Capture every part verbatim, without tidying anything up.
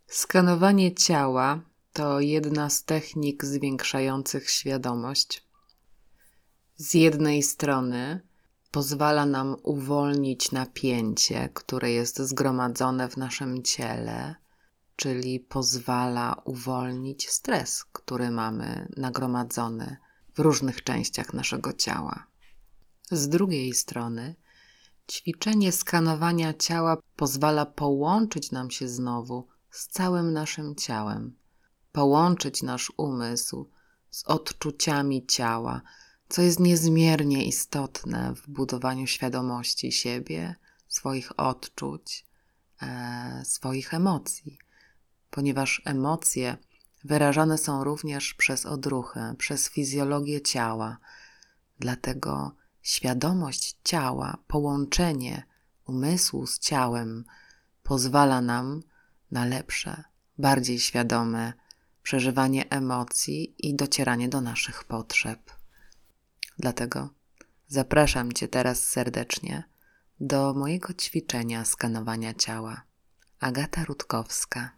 Skanowanie ciała to jedna z technik zwiększających świadomość. Z jednej strony pozwala nam uwolnić napięcie, które jest zgromadzone w naszym ciele, czyli pozwala uwolnić stres, który mamy nagromadzony w różnych częściach naszego ciała. Z drugiej strony ćwiczenie skanowania ciała pozwala połączyć nam się znowu z całym naszym ciałem, połączyć nasz umysł z odczuciami ciała, co jest niezmiernie istotne w budowaniu świadomości siebie, swoich odczuć, e, swoich emocji, ponieważ emocje wyrażane są również przez odruchy, przez fizjologię ciała. Dlatego świadomość ciała, połączenie umysłu z ciałem pozwala nam na lepsze, bardziej świadome przeżywanie emocji i docieranie do naszych potrzeb. Dlatego zapraszam Cię teraz serdecznie do mojego ćwiczenia skanowania ciała. Agata Rutkowska.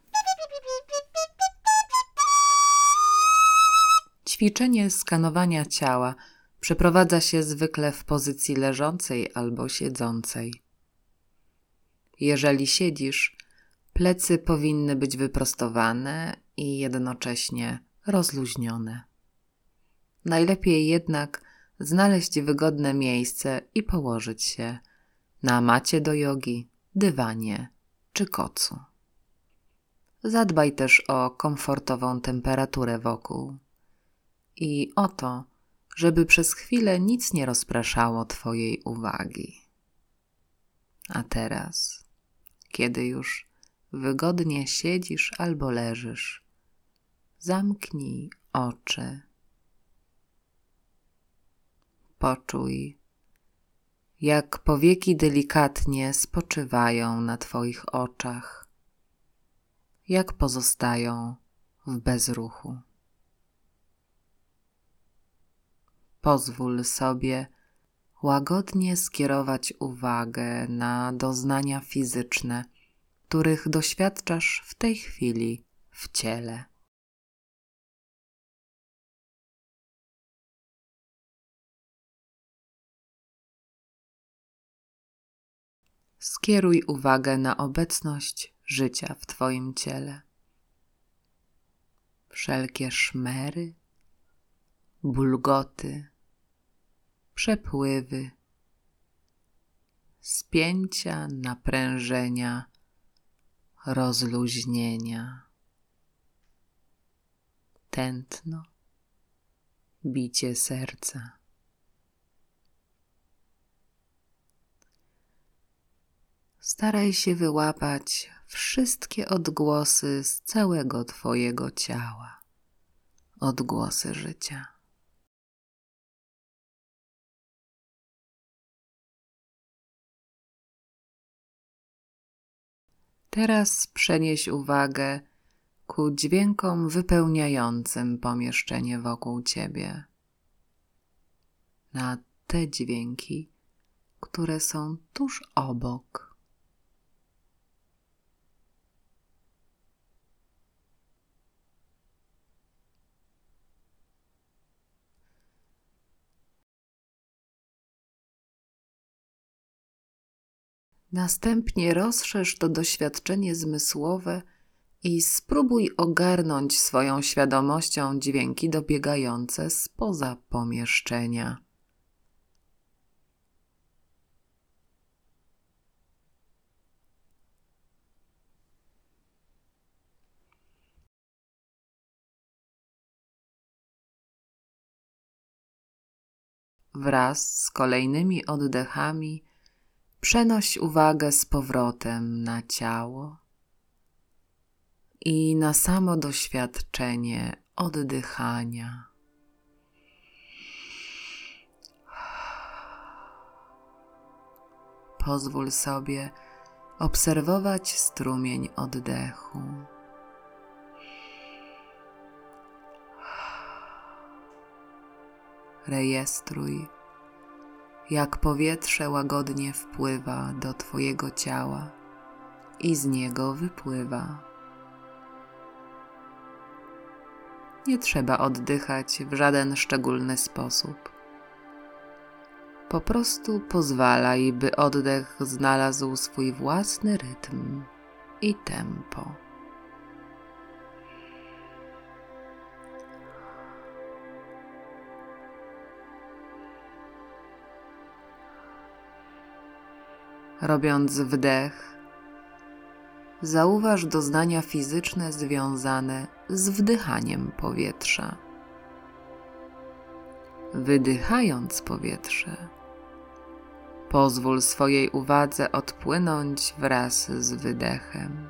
Ćwiczenie skanowania ciała przeprowadza się zwykle w pozycji leżącej albo siedzącej. Jeżeli siedzisz, plecy powinny być wyprostowane i jednocześnie rozluźnione. Najlepiej jednak znaleźć wygodne miejsce i położyć się na macie do jogi, dywanie czy kocu. Zadbaj też o komfortową temperaturę wokół i o to, żeby przez chwilę nic nie rozpraszało Twojej uwagi. A teraz, kiedy już wygodnie siedzisz albo leżysz, zamknij oczy. Poczuj, jak powieki delikatnie spoczywają na Twoich oczach, jak pozostają w bezruchu. Pozwól sobie łagodnie skierować uwagę na doznania fizyczne, których doświadczasz w tej chwili w ciele. Skieruj uwagę na obecność życia w Twoim ciele. Wszelkie szmery, bulgoty, przepływy, spięcia, naprężenia, rozluźnienia, tętno, bicie serca. Staraj się wyłapać wszystkie odgłosy z całego Twojego ciała, odgłosy życia. Teraz przenieś uwagę ku dźwiękom wypełniającym pomieszczenie wokół Ciebie. Na te dźwięki, które są tuż obok. Następnie rozszerz to doświadczenie zmysłowe i spróbuj ogarnąć swoją świadomością dźwięki dobiegające spoza pomieszczenia. Wraz z kolejnymi oddechami przenoś uwagę z powrotem na ciało i na samo doświadczenie oddychania. Pozwól sobie obserwować strumień oddechu. Rejestruj, jak powietrze łagodnie wpływa do Twojego ciała i z niego wypływa. Nie trzeba oddychać w żaden szczególny sposób. Po prostu pozwalaj, by oddech znalazł swój własny rytm i tempo. Robiąc wdech, zauważ doznania fizyczne związane z wdychaniem powietrza. Wydychając powietrze, pozwól swojej uwadze odpłynąć wraz z wydechem.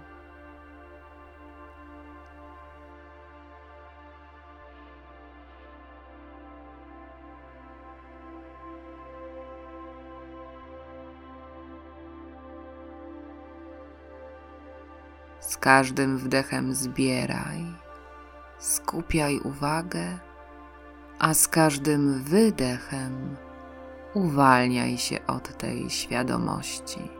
Z każdym wdechem zbieraj, skupiaj uwagę, a z każdym wydechem uwalniaj się od tej świadomości.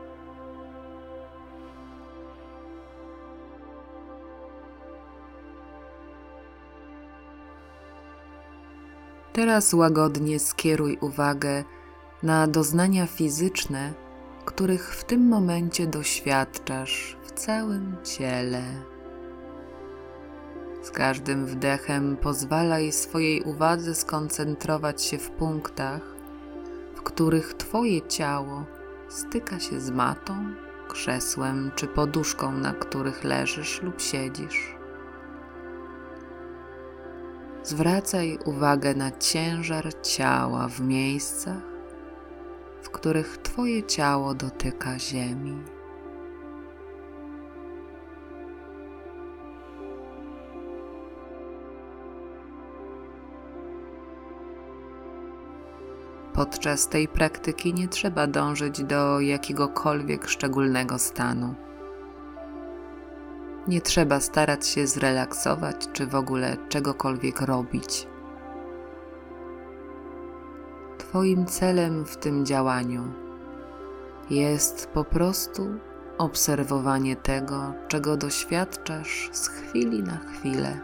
Teraz łagodnie skieruj uwagę na doznania fizyczne, których w tym momencie doświadczasz w całym ciele. Z każdym wdechem pozwalaj swojej uwadze skoncentrować się w punktach, w których Twoje ciało styka się z matą, krzesłem czy poduszką, na których leżysz lub siedzisz. Zwracaj uwagę na ciężar ciała w miejscach, w których Twoje ciało dotyka ziemi. Podczas tej praktyki nie trzeba dążyć do jakiegokolwiek szczególnego stanu. Nie trzeba starać się zrelaksować czy w ogóle czegokolwiek robić. Twoim celem w tym działaniu jest po prostu obserwowanie tego, czego doświadczasz z chwili na chwilę,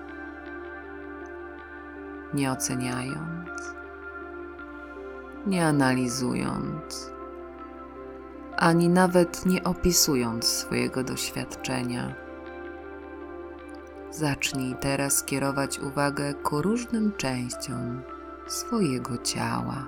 nie oceniając, nie analizując, ani nawet nie opisując swojego doświadczenia. Zacznij teraz kierować uwagę ku różnym częściom swojego ciała.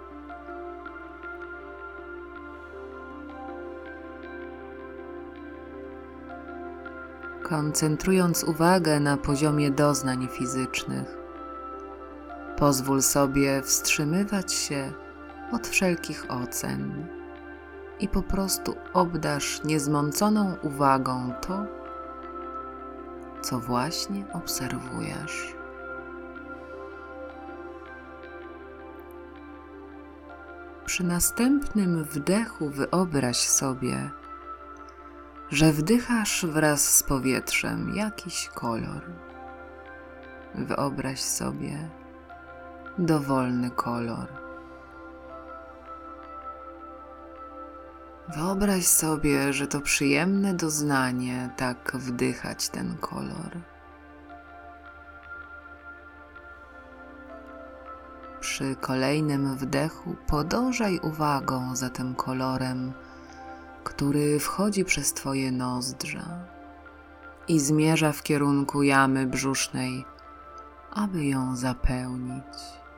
Koncentrując uwagę na poziomie doznań fizycznych, pozwól sobie wstrzymywać się od wszelkich ocen i po prostu obdarz niezmąconą uwagą to, co właśnie obserwujesz. Przy następnym wdechu wyobraź sobie, że wdychasz wraz z powietrzem jakiś kolor. Wyobraź sobie dowolny kolor. Wyobraź sobie, że to przyjemne doznanie tak wdychać ten kolor. Przy kolejnym wdechu podążaj uwagą za tym kolorem, który wchodzi przez Twoje nozdrza i zmierza w kierunku jamy brzusznej, aby ją zapełnić.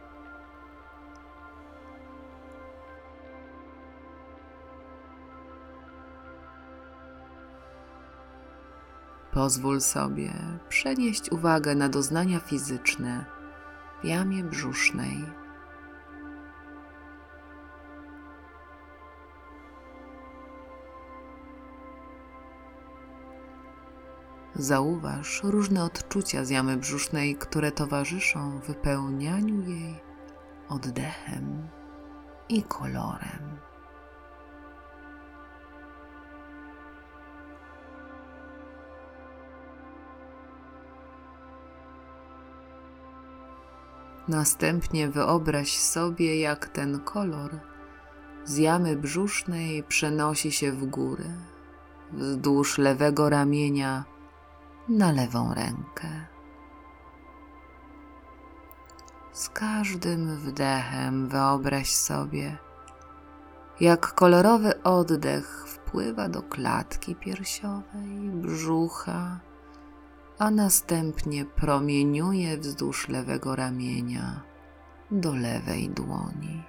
Pozwól sobie przenieść uwagę na doznania fizyczne w jamie brzusznej. Zauważ różne odczucia z jamy brzusznej, które towarzyszą wypełnianiu jej oddechem i kolorem. Następnie wyobraź sobie, jak ten kolor z jamy brzusznej przenosi się w górę, wzdłuż lewego ramienia na lewą rękę. Z każdym wdechem wyobraź sobie, jak kolorowy oddech wpływa do klatki piersiowej, brzucha, a następnie promieniuje wzdłuż lewego ramienia do lewej dłoni.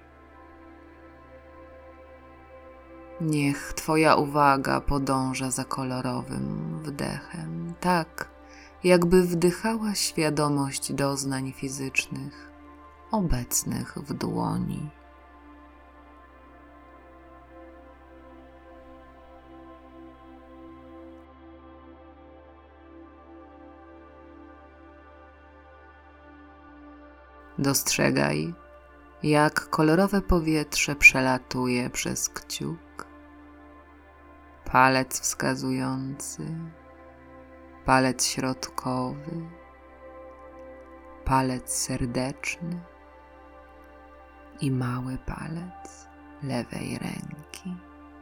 Niech Twoja uwaga podąża za kolorowym wdechem, tak jakby wdychała świadomość doznań fizycznych obecnych w dłoni. Dostrzegaj, jak kolorowe powietrze przelatuje przez kciuk, palec wskazujący, palec środkowy, palec serdeczny i mały palec lewej ręki.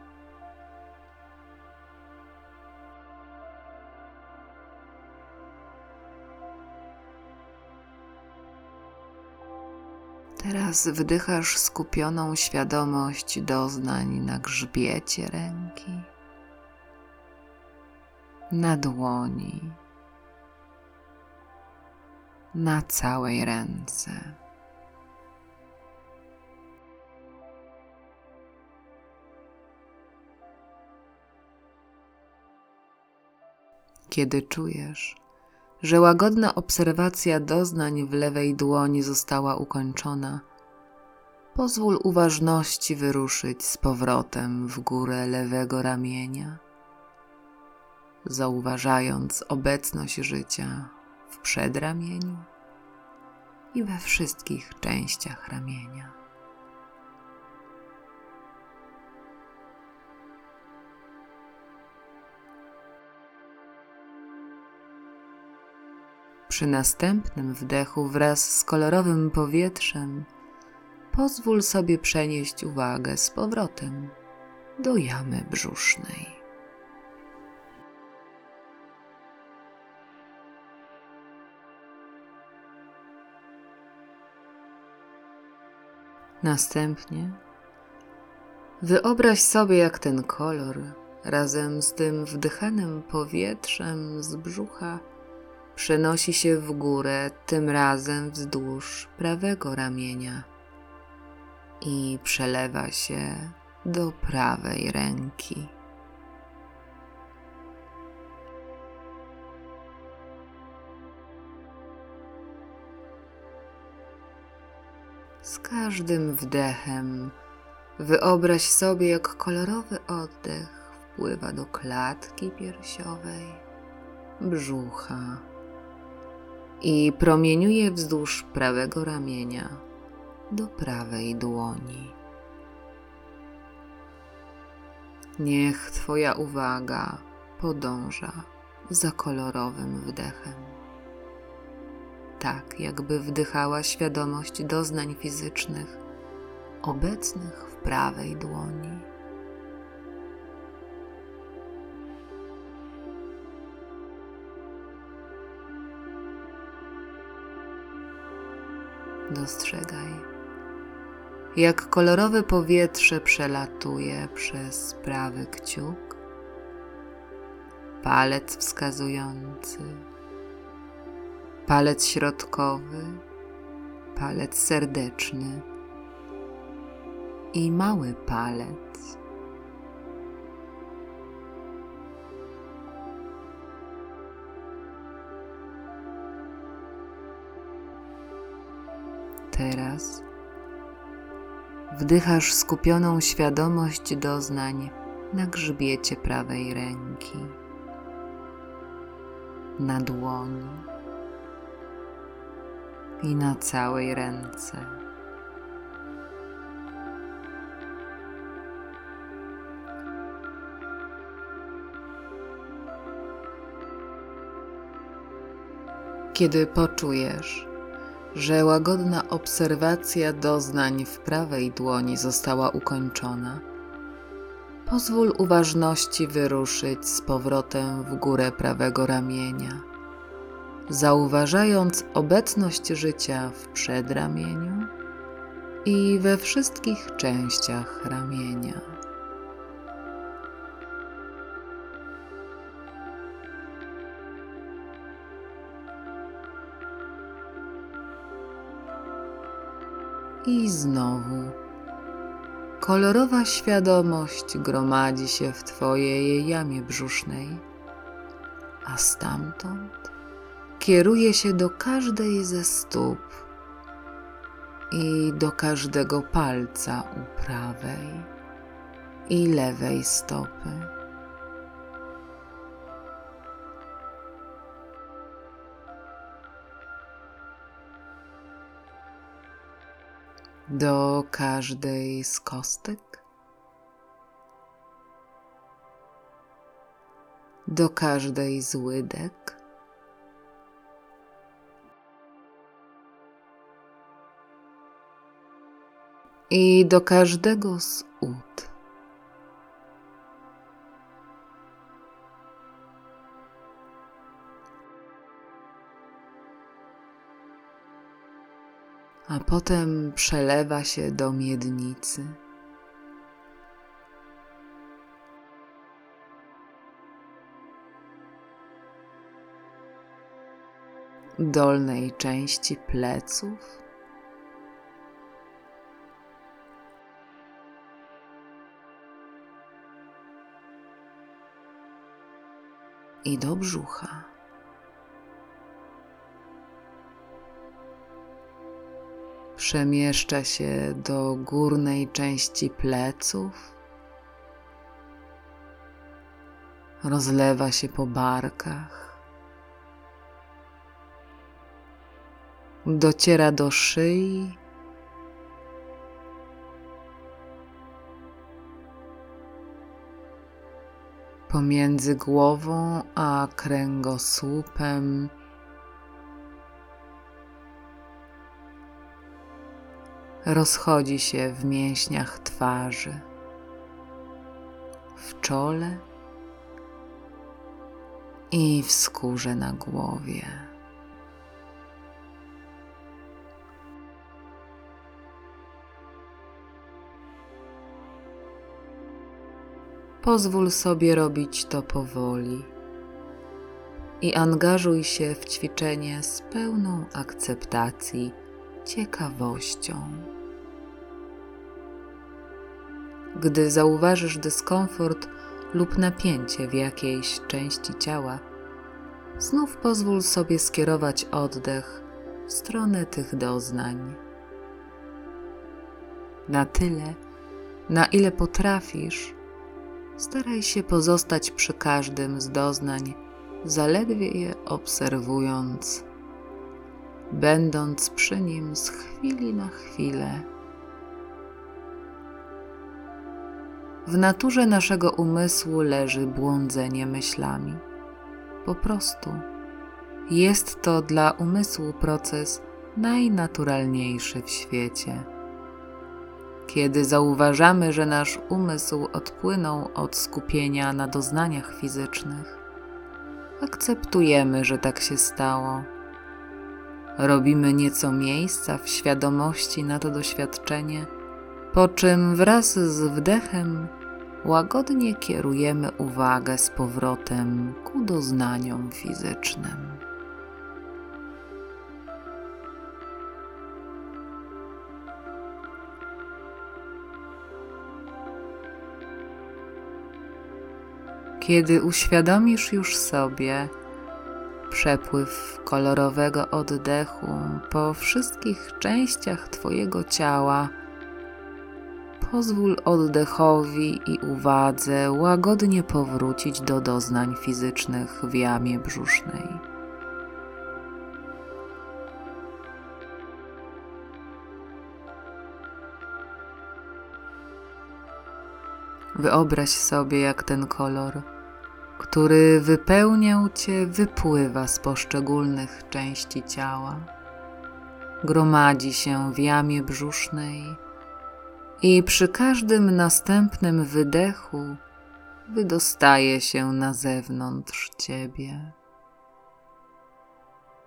Teraz wdychasz skupioną świadomość doznań na grzbiecie ręki, na dłoni, na całej ręce. Kiedy czujesz, że łagodna obserwacja doznań w lewej dłoni została ukończona, pozwól uważności wyruszyć z powrotem w górę lewego ramienia, zauważając obecność życia w przedramieniu i we wszystkich częściach ramienia. Przy następnym wdechu wraz z kolorowym powietrzem pozwól sobie przenieść uwagę z powrotem do jamy brzusznej. Następnie wyobraź sobie, jak ten kolor razem z tym wdychanym powietrzem z brzucha przenosi się w górę, tym razem wzdłuż prawego ramienia i przelewa się do prawej ręki. Z każdym wdechem wyobraź sobie, jak kolorowy oddech wpływa do klatki piersiowej, brzucha i promieniuje wzdłuż prawego ramienia do prawej dłoni. Niech Twoja uwaga podąża za kolorowym wdechem, tak jakby wdychała świadomość doznań fizycznych obecnych w prawej dłoni. Dostrzegaj, jak kolorowe powietrze przelatuje przez prawy kciuk, palec wskazujący, palec środkowy, palec serdeczny i mały palec. Teraz wdychasz skupioną świadomość doznań na grzbiecie prawej ręki, na dłoni i na całej ręce. Kiedy poczujesz, że łagodna obserwacja doznań w prawej dłoni została ukończona, pozwól uważności wyruszyć z powrotem w górę prawego ramienia, zauważając obecność życia w przedramieniu i we wszystkich częściach ramienia. I znowu kolorowa świadomość gromadzi się w Twojej jamie brzusznej, a stamtąd kieruje się do każdej ze stóp i do każdego palca u prawej i lewej stopy. Do każdej z kostek, do każdej z łydek, i do każdego z ud. A potem przelewa się do miednicy, dolnej części pleców, i do brzucha. Przemieszcza się do górnej części pleców, rozlewa się po barkach, dociera do szyi, pomiędzy głową a kręgosłupem, rozchodzi się w mięśniach twarzy, w czole i w skórze na głowie. Pozwól sobie robić to powoli i angażuj się w ćwiczenie z pełną akceptacji, ciekawością. Gdy zauważysz dyskomfort lub napięcie w jakiejś części ciała, znów pozwól sobie skierować oddech w stronę tych doznań. Na tyle, na ile potrafisz, staraj się pozostać przy każdym z doznań, zaledwie je obserwując, będąc przy nim z chwili na chwilę. W naturze naszego umysłu leży błądzenie myślami. Po prostu jest to dla umysłu proces najnaturalniejszy w świecie. Kiedy zauważamy, że nasz umysł odpłynął od skupienia na doznaniach fizycznych, akceptujemy, że tak się stało. Robimy nieco miejsca w świadomości na to doświadczenie, po czym wraz z wdechem łagodnie kierujemy uwagę z powrotem ku doznaniom fizycznym. Kiedy uświadomisz już sobie przepływ kolorowego oddechu po wszystkich częściach Twojego ciała, pozwól oddechowi i uwadze łagodnie powrócić do doznań fizycznych w jamie brzusznej. Wyobraź sobie, jak ten kolor, który wypełniał Cię, wypływa z poszczególnych części ciała, gromadzi się w jamie brzusznej i przy każdym następnym wydechu wydostaje się na zewnątrz Ciebie.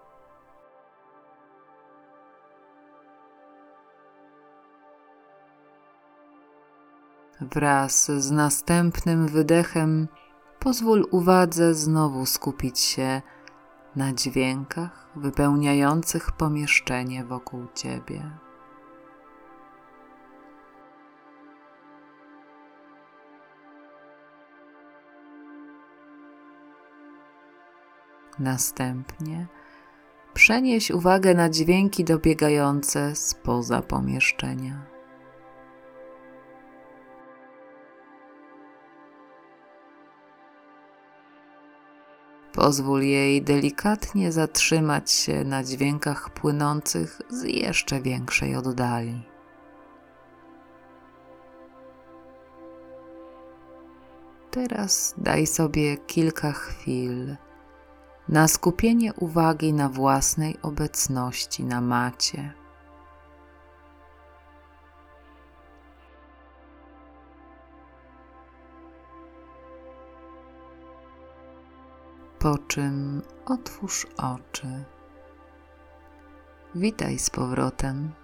Wraz z następnym wydechem pozwól uwadze znowu skupić się na dźwiękach wypełniających pomieszczenie wokół ciebie. Następnie przenieś uwagę na dźwięki dobiegające spoza pomieszczenia. Pozwól jej delikatnie zatrzymać się na dźwiękach płynących z jeszcze większej oddali. Teraz daj sobie kilka chwil na skupienie uwagi na własnej obecności na macie. Po czym otwórz oczy. Witaj z powrotem.